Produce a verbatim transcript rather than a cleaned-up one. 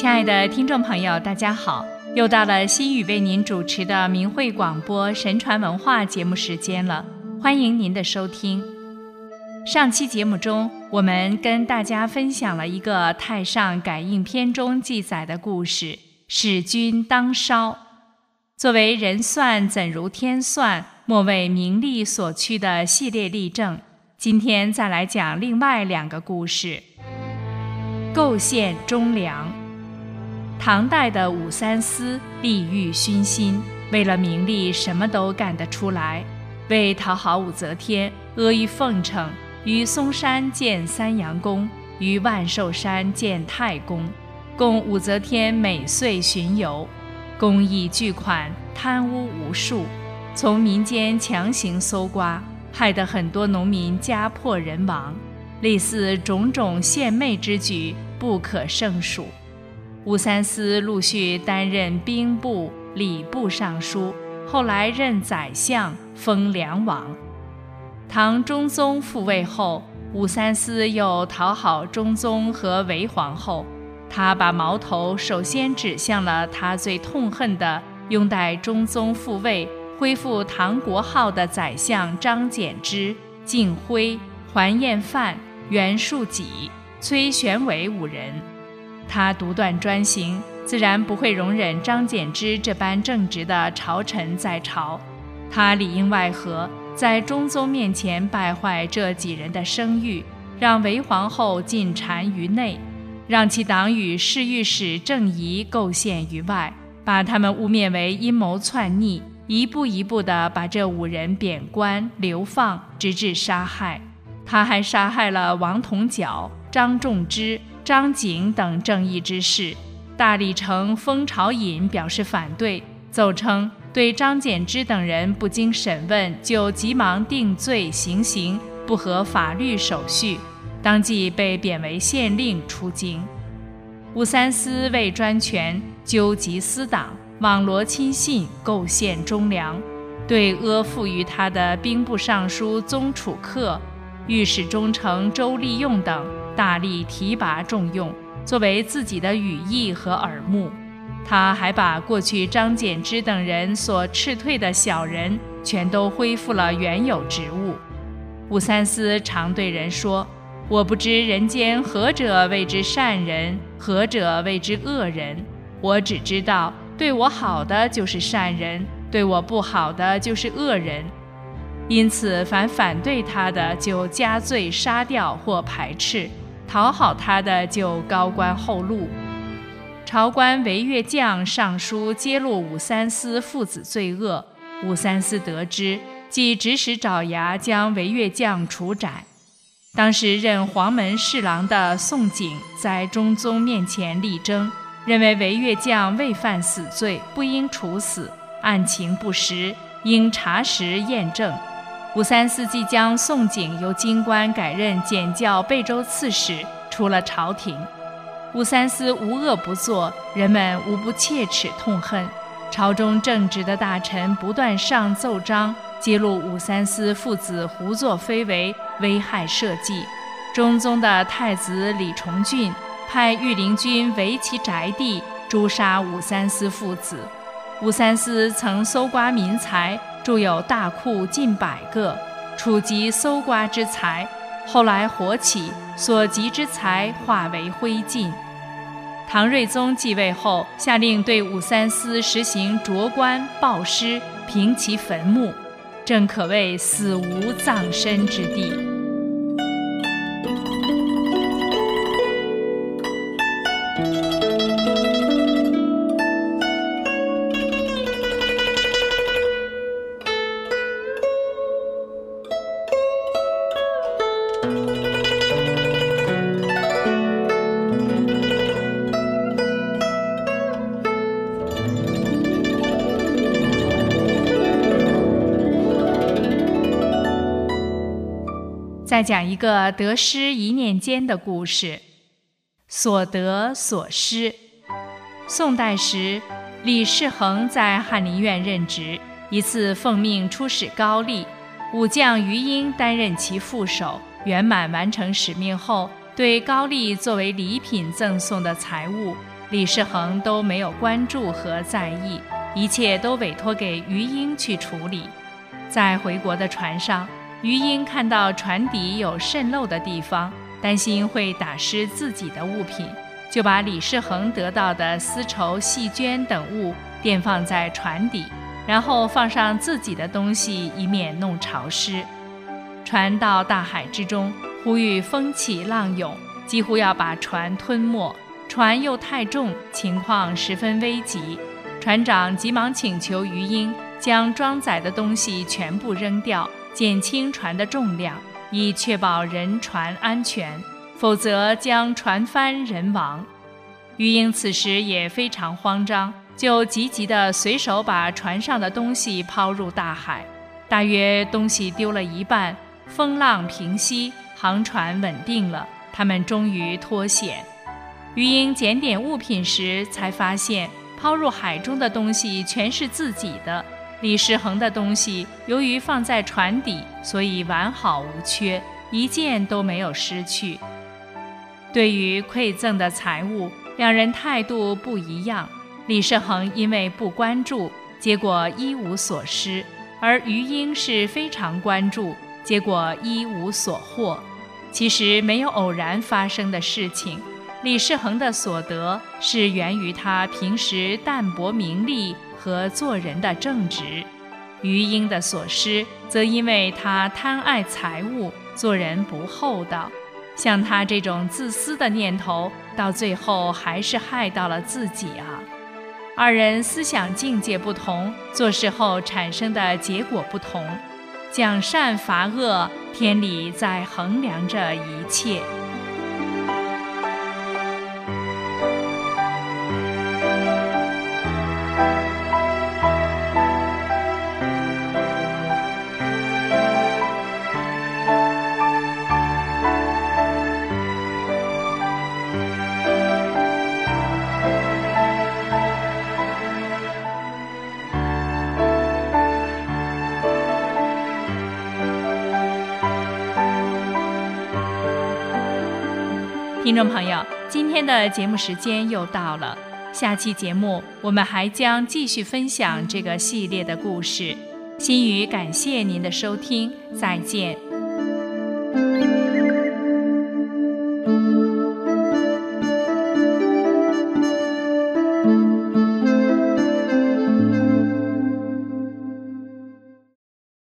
亲爱的听众朋友，大家好，又到了心语为您主持的明慧广播神传文化节目时间了，欢迎您的收听。上期节目中，我们跟大家分享了一个太上感应篇中记载的故事，使君当烧。作为人算怎如天算，莫为名利所趋的系列例证，今天再来讲另外两个故事。构陷忠良。唐代的武三思利欲熏心，为了名利什么都干得出来。为讨好武则天，阿谀奉承，于嵩山建三阳宫，于万寿山建太公，供武则天每岁巡游。公益巨款，贪污无数，从民间强行搜刮，害得很多农民家破人亡。类似种种献媚之举不可胜数。武三思陆续担任兵部、礼部尚书，后来任宰相，封梁王。唐中宗复位后，武三思又讨好中宗和韦皇后，他把矛头首先指向了他最痛恨的拥戴中宗复位、恢复唐国号的宰相张柬之、敬辉、桓彦范、袁术己、崔玄伟五人。他独断专行，自然不会容忍张柬之这般正直的朝臣在朝。他里应外合，在中宗面前败坏这几人的声誉，让韦皇后尽谗于内，让其党羽侍御史郑仪构陷于外，把他们污蔑为阴谋篡逆，一步一步地把这五人贬官流放，直至杀害。他还杀害了王同角、张仲之、张景等正义之士。大理丞封朝尹表示反对，奏称对张柬之等人不经审问就急忙定罪行刑，不合法律手续，当即被贬为县令出京。武三思为专权，纠集私党，网罗亲信，构陷忠良，对阿附于他的兵部尚书宗楚客、御史中丞周利用等大力提拔重用，作为自己的羽翼和耳目。他还把过去张柬之等人所斥退的小人全都恢复了原有职务。武三思常对人说，我不知人间何者谓之善人，何者谓之恶人，我只知道对我好的就是善人，对我不好的就是恶人。因此凡反对他的就加罪杀掉或排斥，讨好他的就高官厚禄。朝官韦越将上书揭露武三思父子罪恶，武三思得知，即指使爪牙将韦越将处斩。当时任黄门侍郎的宋璟在中宗面前力争，认为韦越将未犯死罪，不应处死，案情不实，应查实验证。武三思即将宋璟由京官改任检校贝州刺史，出了朝廷。武三思无恶不作，人们无不切齿痛恨。朝中正直的大臣不断上奏章，揭露武三思父子胡作非为，危害社稷。中宗的太子李重俊派御林军围其宅地，诛杀武三思父子。武三思曾搜刮民财，著有大库近百个，处及搜刮之财，后来火起，所集之财化为灰烬。唐睿宗继位后，下令对武三思实行擢官暴尸，平其坟墓，正可谓死无葬身之地。再讲一个得失一念间的故事。所得所失。宋代时，李世恒在翰林院任职，一次奉命出使高丽，武将于英担任其副手，圆满完成使命后，对高丽作为礼品赠送的财物， 李世恒都没有关注和在意，一切都委托给于英去处理。在回国的船上，于英看到船底有渗漏的地方，担心会打湿自己的物品，就把李世恒得到的丝绸、细绢等物垫放在船底，然后放上自己的东西，以免弄潮湿。船到大海之中，忽遇风起浪涌，几乎要把船吞没，船又太重，情况十分危急。船长急忙请求于英将装载的东西全部扔掉，减轻船的重量，以确保人船安全，否则将船翻人亡。于英此时也非常慌张，就急急地随手把船上的东西抛入大海。大约东西丢了一半，风浪平息，航船稳定了，他们终于脱险。于英检点物品时，才发现抛入海中的东西全是自己的，李世恒的东西由于放在船底，所以完好无缺，一件都没有失去。对于馈赠的财物，两人态度不一样。李世恒因为不关注，结果一无所失，而于英是非常关注，结果一无所获。其实没有偶然发生的事情，李世恒的所得是源于他平时淡泊名利和做人的正直，于英的所失则因为他贪爱财物，做人不厚道。像他这种自私的念头，到最后还是害到了自己啊。二人思想境界不同，做事后产生的结果不同。讲善罚恶，天理在衡量着一切。听众朋友，今天的节目时间又到了，下期节目我们还将继续分享这个系列的故事。心语感谢您的收听，再见。